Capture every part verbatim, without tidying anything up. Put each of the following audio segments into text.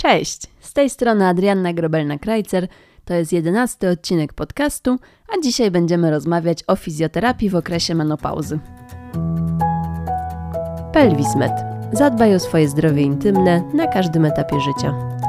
Cześć, z tej strony Adrianna Grobelna-Krajcer, to jest jedenasty odcinek podcastu, a dzisiaj będziemy rozmawiać o fizjoterapii w okresie menopauzy. Pelwismed. Zadbaj o swoje zdrowie intymne na każdym etapie życia.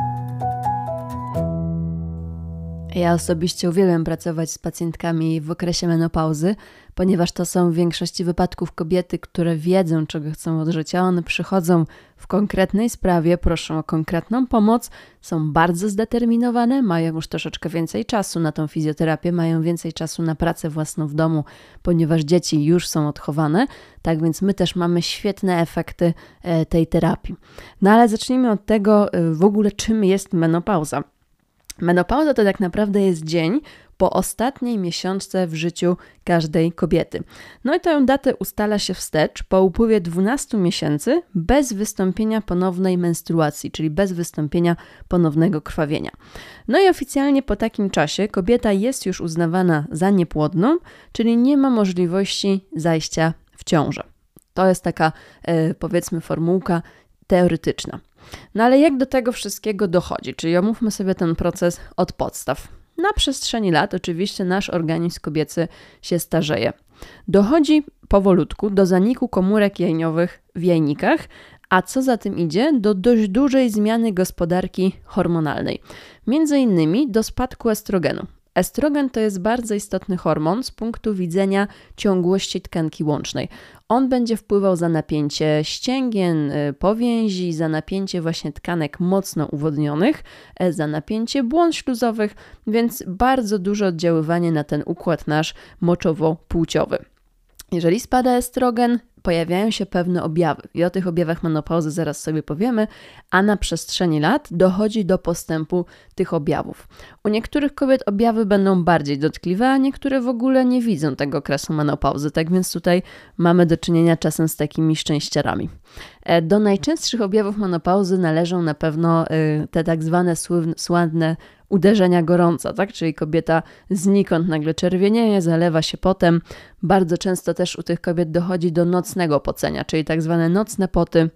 Ja osobiście uwielbiam pracować z pacjentkami w okresie menopauzy, ponieważ to są w większości wypadków kobiety, które wiedzą, czego chcą od życia. One przychodzą w konkretnej sprawie, proszą o konkretną pomoc, są bardzo zdeterminowane, mają już troszeczkę więcej czasu na tą fizjoterapię, mają więcej czasu na pracę własną w domu, ponieważ dzieci już są odchowane, tak więc my też mamy świetne efekty tej terapii. No ale zacznijmy od tego w ogóle, czym jest menopauza. Menopauza to tak naprawdę jest dzień po ostatniej miesiączce w życiu każdej kobiety. No i tę datę ustala się wstecz po upływie dwunastu miesięcy bez wystąpienia ponownej menstruacji, czyli bez wystąpienia ponownego krwawienia. No i oficjalnie po takim czasie kobieta jest już uznawana za niepłodną, czyli nie ma możliwości zajścia w ciążę. To jest taka, e, powiedzmy, formułka teoretyczna. No ale jak do tego wszystkiego dochodzi? Czyli omówmy sobie ten proces od podstaw. Na przestrzeni lat oczywiście nasz organizm kobiecy się starzeje. Dochodzi powolutku do zaniku komórek jajniowych w jajnikach, a co za tym idzie, do dość dużej zmiany gospodarki hormonalnej. Między innymi do spadku estrogenu. Estrogen to jest bardzo istotny hormon z punktu widzenia ciągłości tkanki łącznej. On będzie wpływał za napięcie ścięgien, powięzi, za napięcie właśnie tkanek mocno uwodnionych, za napięcie błon śluzowych, więc bardzo duże oddziaływanie na ten układ nasz moczowo-płciowy. Jeżeli spada estrogen, pojawiają się pewne objawy i o tych objawach menopauzy zaraz sobie powiemy, a na przestrzeni lat dochodzi do postępu tych objawów. U niektórych kobiet objawy będą bardziej dotkliwe, a niektóre w ogóle nie widzą tego okresu menopauzy, tak więc tutaj mamy do czynienia czasem z takimi szczęściarami. Do najczęstszych objawów menopauzy należą na pewno te tak zwane sławne uderzenia gorąca, tak? Czyli kobieta znikąd nagle czerwienieje, zalewa się potem. Bardzo często też u tych kobiet dochodzi do nocnego pocenia, czyli tak zwane nocne poty.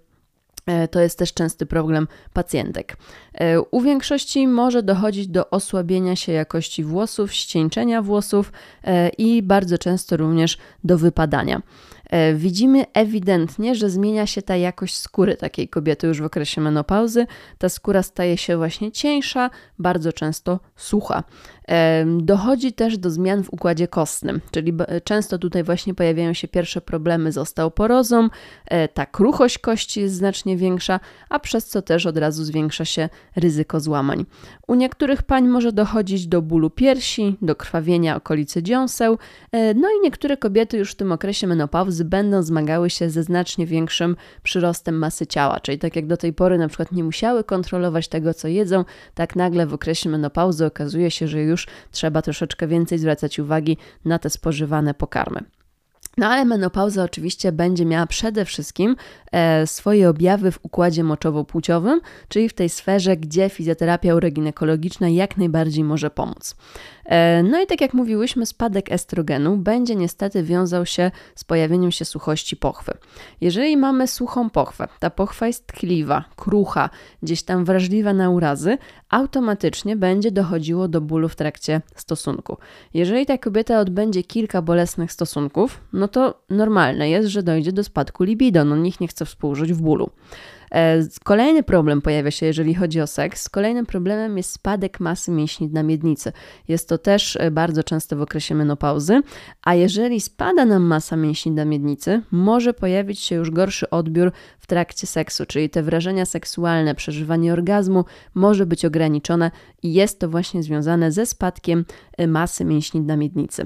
To jest też częsty problem pacjentek. U większości może dochodzić do osłabienia się jakości włosów, ścieńczenia włosów i bardzo często również do wypadania. Widzimy ewidentnie, że zmienia się ta jakość skóry takiej kobiety już w okresie menopauzy. Ta skóra staje się właśnie cieńsza, bardzo często sucha. Dochodzi też do zmian w układzie kostnym, czyli często tutaj właśnie pojawiają się pierwsze problemy z osteoporozą, ta kruchość kości jest znacznie większa, a przez co też od razu zwiększa się ryzyko złamań. U niektórych pań może dochodzić do bólu piersi, do krwawienia okolicy dziąseł, no i niektóre kobiety już w tym okresie menopauzy będą zmagały się ze znacznie większym przyrostem masy ciała, czyli tak jak do tej pory na przykład nie musiały kontrolować tego, co jedzą, tak nagle w okresie menopauzy okazuje się, że już trzeba troszeczkę więcej zwracać uwagi na te spożywane pokarmy. No ale menopauza oczywiście będzie miała przede wszystkim e, swoje objawy w układzie moczowo-płciowym, czyli w tej sferze, gdzie fizjoterapia uroginekologiczna jak najbardziej może pomóc. E, no i tak jak mówiłyśmy, spadek estrogenu będzie niestety wiązał się z pojawieniem się suchości pochwy. Jeżeli mamy suchą pochwę, ta pochwa jest tkliwa, krucha, gdzieś tam wrażliwa na urazy, automatycznie będzie dochodziło do bólu w trakcie stosunku. Jeżeli ta kobieta odbędzie kilka bolesnych stosunków, no to normalne jest, że dojdzie do spadku libido, no nikt nie chce współżyć w bólu. Kolejny problem pojawia się, jeżeli chodzi o seks. Kolejnym problemem jest spadek masy mięśni na miednicy. Jest to też bardzo często w okresie menopauzy, a jeżeli spada nam masa mięśni na miednicy, może pojawić się już gorszy odbiór w trakcie seksu, czyli te wrażenia seksualne, przeżywanie orgazmu może być ograniczone i jest to właśnie związane ze spadkiem masy mięśni na miednicy.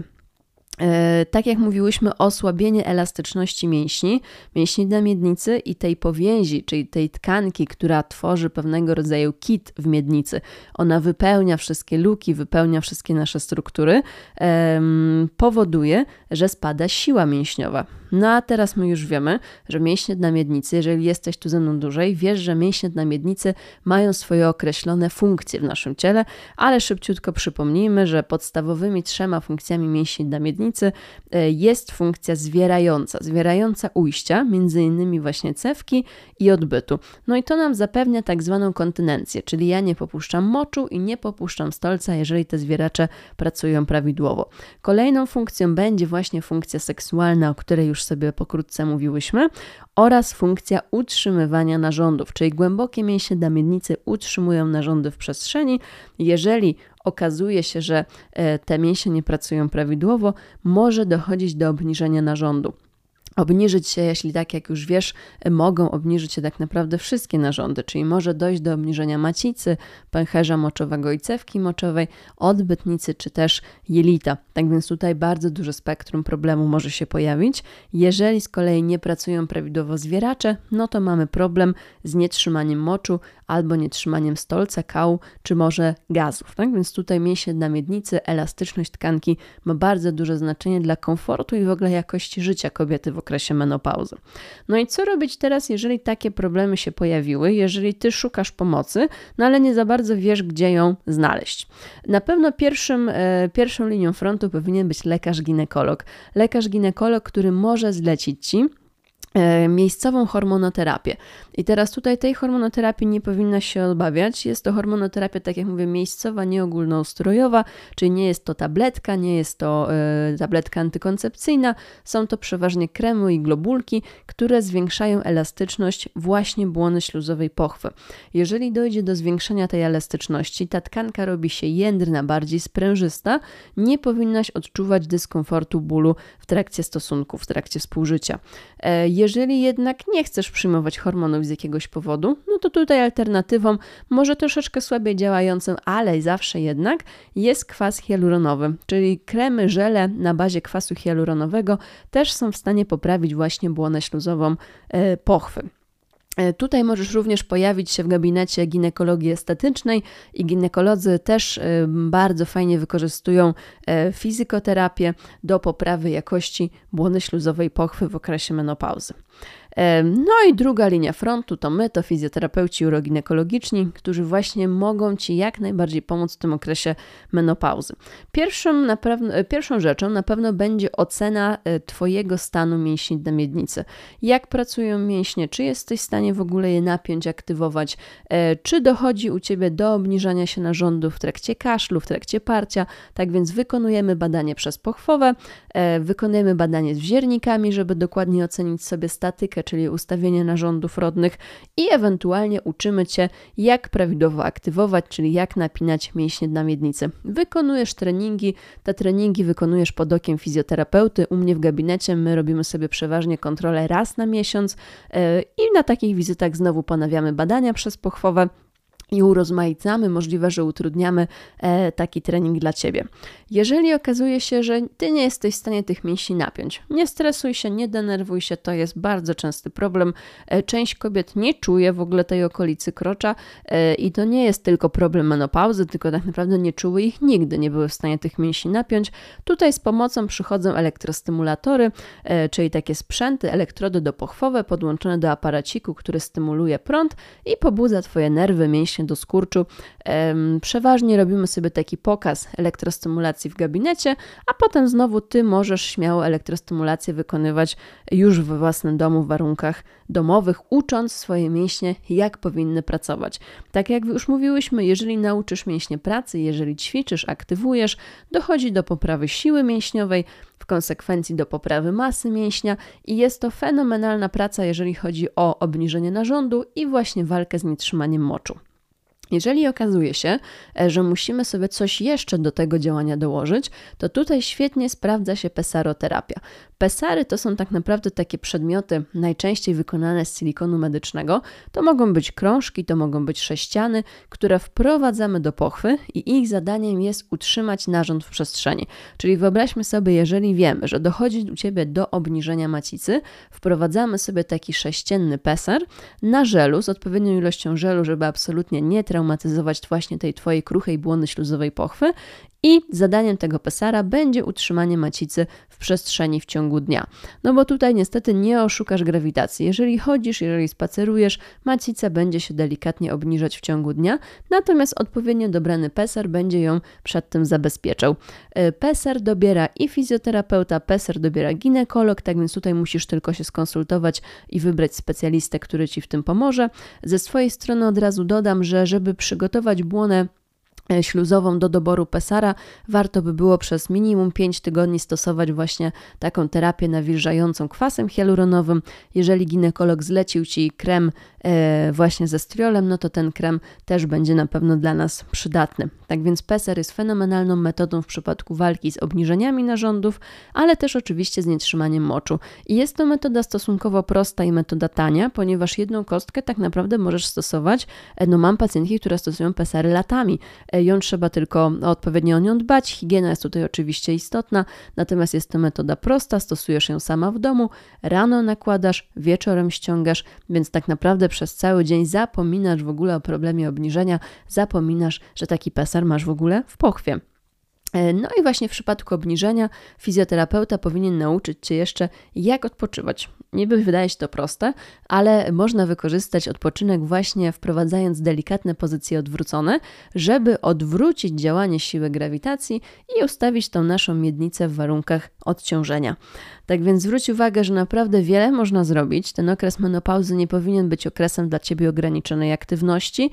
Tak jak mówiłyśmy, osłabienie elastyczności mięśni, mięśni na miednicy i tej powięzi, czyli tej tkanki, która tworzy pewnego rodzaju kit w miednicy. Ona wypełnia wszystkie luki, wypełnia wszystkie nasze struktury, um, powoduje, że spada siła mięśniowa. No a teraz my już wiemy, że mięśnie dna miednicy, jeżeli jesteś tu ze mną dłużej, wiesz, że mięśnie dna miednicy mają swoje określone funkcje w naszym ciele, ale szybciutko przypomnijmy, że podstawowymi trzema funkcjami mięśni dna miednicy jest funkcja zwierająca, zwierająca ujścia, między innymi właśnie cewki i odbytu. No i to nam zapewnia tak zwaną kontynencję, czyli ja nie popuszczam moczu i nie popuszczam stolca, jeżeli te zwieracze pracują prawidłowo. Kolejną funkcją będzie właśnie funkcja seksualna, o której już sobie pokrótce mówiłyśmy, oraz funkcja utrzymywania narządów, czyli głębokie mięśnie dna miednicy utrzymują narządy w przestrzeni. Jeżeli okazuje się, że te mięśnie nie pracują prawidłowo, może dochodzić do obniżenia narządu. Obniżyć się, jeśli tak jak już wiesz, mogą obniżyć się tak naprawdę wszystkie narządy, czyli może dojść do obniżenia macicy, pęcherza moczowego i cewki moczowej, odbytnicy czy też jelita. Tak więc tutaj bardzo duże spektrum problemu może się pojawić. Jeżeli z kolei nie pracują prawidłowo zwieracze, no to mamy problem z nietrzymaniem moczu albo nietrzymaniem stolca, kału czy może gazów. Tak więc tutaj mięśnie dna miednicy, elastyczność tkanki ma bardzo duże znaczenie dla komfortu i w ogóle jakości życia kobiety w okresie menopauzy. No i co robić teraz, jeżeli takie problemy się pojawiły, jeżeli ty szukasz pomocy, no ale nie za bardzo wiesz, gdzie ją znaleźć? Na pewno pierwszym, e, pierwszą linią frontu powinien być lekarz ginekolog. Lekarz ginekolog, który może zlecić ci miejscową hormonoterapię. I teraz tutaj tej hormonoterapii nie powinna się obawiać. Jest to hormonoterapia, tak jak mówię, miejscowa, nie ogólnoustrojowa, czyli nie jest to tabletka, nie jest to y, tabletka antykoncepcyjna. Są to przeważnie kremy i globulki, które zwiększają elastyczność właśnie błony śluzowej pochwy. Jeżeli dojdzie do zwiększenia tej elastyczności, ta tkanka robi się jędrna, bardziej sprężysta, nie powinnaś odczuwać dyskomfortu, bólu w trakcie stosunków, w trakcie współżycia. Jeżeli jednak nie chcesz przyjmować hormonów z jakiegoś powodu, no to tutaj alternatywą, może troszeczkę słabiej działającą, ale zawsze jednak jest kwas hialuronowy, czyli kremy, żele na bazie kwasu hialuronowego też są w stanie poprawić właśnie błonę śluzową pochwy. Tutaj możesz również pojawić się w gabinecie ginekologii estetycznej i ginekolodzy też bardzo fajnie wykorzystują fizykoterapię do poprawy jakości błony śluzowej pochwy w okresie menopauzy. No i druga linia frontu to my, to fizjoterapeuci uroginekologiczni, którzy właśnie mogą Ci jak najbardziej pomóc w tym okresie menopauzy. Pierwszą, na pewno, pierwszą rzeczą na pewno będzie ocena Twojego stanu mięśni dna miednicy. Jak pracują mięśnie, czy jesteś w stanie w ogóle je napiąć, aktywować, czy dochodzi u Ciebie do obniżania się narządów w trakcie kaszlu, w trakcie parcia. Tak więc wykonujemy badanie przezpochwowe, wykonujemy badanie z wziernikami, żeby dokładnie ocenić sobie statykę, czyli ustawienie narządów rodnych i ewentualnie uczymy Cię, jak prawidłowo aktywować, czyli jak napinać mięśnie dna miednicy. Wykonujesz treningi, te treningi wykonujesz pod okiem fizjoterapeuty. U mnie w gabinecie my robimy sobie przeważnie kontrolę raz na miesiąc i na takich wizytach znowu ponawiamy badania przezpochwowe i urozmaicamy, możliwe, że utrudniamy e, taki trening dla Ciebie. Jeżeli okazuje się, że Ty nie jesteś w stanie tych mięśni napiąć, nie stresuj się, nie denerwuj się, to jest bardzo częsty problem. E, część kobiet nie czuje w ogóle tej okolicy krocza e, i to nie jest tylko problem menopauzy, tylko tak naprawdę nie czuły ich nigdy, nie były w stanie tych mięśni napiąć. Tutaj z pomocą przychodzą elektrostymulatory, e, czyli takie sprzęty, elektrody dopochwowe podłączone do aparaciku, który stymuluje prąd i pobudza Twoje nerwy, mięśnie do skurczu. Przeważnie robimy sobie taki pokaz elektrostymulacji w gabinecie, a potem znowu Ty możesz śmiało elektrostymulację wykonywać już we własnym domu w warunkach domowych, ucząc swoje mięśnie, jak powinny pracować. Tak jak już mówiłyśmy, jeżeli nauczysz mięśnie pracy, jeżeli ćwiczysz, aktywujesz, dochodzi do poprawy siły mięśniowej, w konsekwencji do poprawy masy mięśnia i jest to fenomenalna praca, jeżeli chodzi o obniżenie narządu i właśnie walkę z nietrzymaniem moczu. Jeżeli okazuje się, że musimy sobie coś jeszcze do tego działania dołożyć, to tutaj świetnie sprawdza się pesaroterapia. Pesary to są tak naprawdę takie przedmioty najczęściej wykonane z silikonu medycznego. To mogą być krążki, to mogą być sześciany, które wprowadzamy do pochwy i ich zadaniem jest utrzymać narząd w przestrzeni. Czyli wyobraźmy sobie, jeżeli wiemy, że dochodzi u Ciebie do obniżenia macicy, wprowadzamy sobie taki sześcienny pesar na żelu z odpowiednią ilością żelu, żeby absolutnie nie traumatyzować właśnie tej Twojej kruchej błony śluzowej pochwy i zadaniem tego pesara będzie utrzymanie macicy w przestrzeni w ciągu dnia. No bo tutaj niestety nie oszukasz grawitacji. Jeżeli chodzisz, jeżeli spacerujesz, macica będzie się delikatnie obniżać w ciągu dnia, natomiast odpowiednio dobrany pesar będzie ją przed tym zabezpieczał. Pesar dobiera i fizjoterapeuta, pesar dobiera ginekolog, tak więc tutaj musisz tylko się skonsultować i wybrać specjalistę, który Ci w tym pomoże. Ze swojej strony od razu dodam, że żeby przygotować błonę śluzową do doboru pesara, warto by było przez minimum pięć tygodni stosować właśnie taką terapię nawilżającą kwasem hialuronowym. Jeżeli ginekolog zlecił Ci krem e, właśnie ze striolem, no to ten krem też będzie na pewno dla nas przydatny. Tak więc pesar jest fenomenalną metodą w przypadku walki z obniżeniami narządów, ale też oczywiście z nietrzymaniem moczu. I jest to metoda stosunkowo prosta i metoda tania, ponieważ jedną kostkę tak naprawdę możesz stosować, no mam pacjentki, które stosują pesary latami. Ją trzeba tylko odpowiednio o nią dbać. Higiena jest tutaj oczywiście istotna, natomiast jest to metoda prosta, stosujesz ją sama w domu, rano nakładasz, wieczorem ściągasz, więc tak naprawdę przez cały dzień zapominasz w ogóle o problemie obniżenia, zapominasz, że taki pesar masz w ogóle w pochwie. No i właśnie w przypadku obniżenia fizjoterapeuta powinien nauczyć Cię jeszcze, jak odpoczywać. Niby wydaje się to proste, ale można wykorzystać odpoczynek właśnie wprowadzając delikatne pozycje odwrócone, żeby odwrócić działanie siły grawitacji i ustawić tą naszą miednicę w warunkach odciążenia. Tak więc zwróć uwagę, że naprawdę wiele można zrobić. Ten okres menopauzy nie powinien być okresem dla Ciebie ograniczonej aktywności,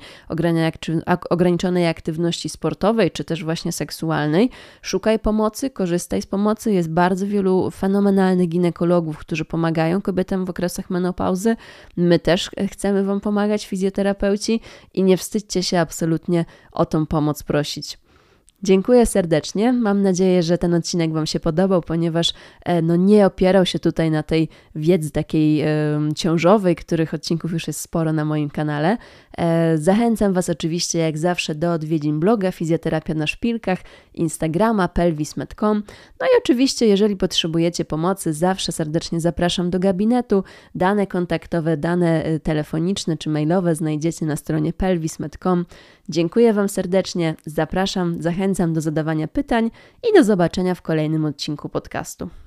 ograniczonej aktywności sportowej, czy też właśnie seksualnej. Szukaj pomocy, korzystaj z pomocy. Jest bardzo wielu fenomenalnych ginekologów, którzy pomagają kobietom w okresach menopauzy. My też chcemy Wam pomagać, fizjoterapeuci, i nie wstydźcie się absolutnie o tą pomoc prosić. Dziękuję serdecznie. Mam nadzieję, że ten odcinek Wam się podobał, ponieważ no, nie opierał się tutaj na tej wiedzy takiej e, ciążowej, których odcinków już jest sporo na moim kanale. E, zachęcam Was oczywiście jak zawsze do odwiedzin bloga Fizjoterapia na Szpilkach, Instagrama pelvis kropka med kropka com. No i oczywiście, jeżeli potrzebujecie pomocy, zawsze serdecznie zapraszam do gabinetu. Dane kontaktowe, dane telefoniczne czy mailowe znajdziecie na stronie pelvis kropka med kropka com. Dziękuję Wam serdecznie, zapraszam, zachęcam do zadawania pytań i do zobaczenia w kolejnym odcinku podcastu.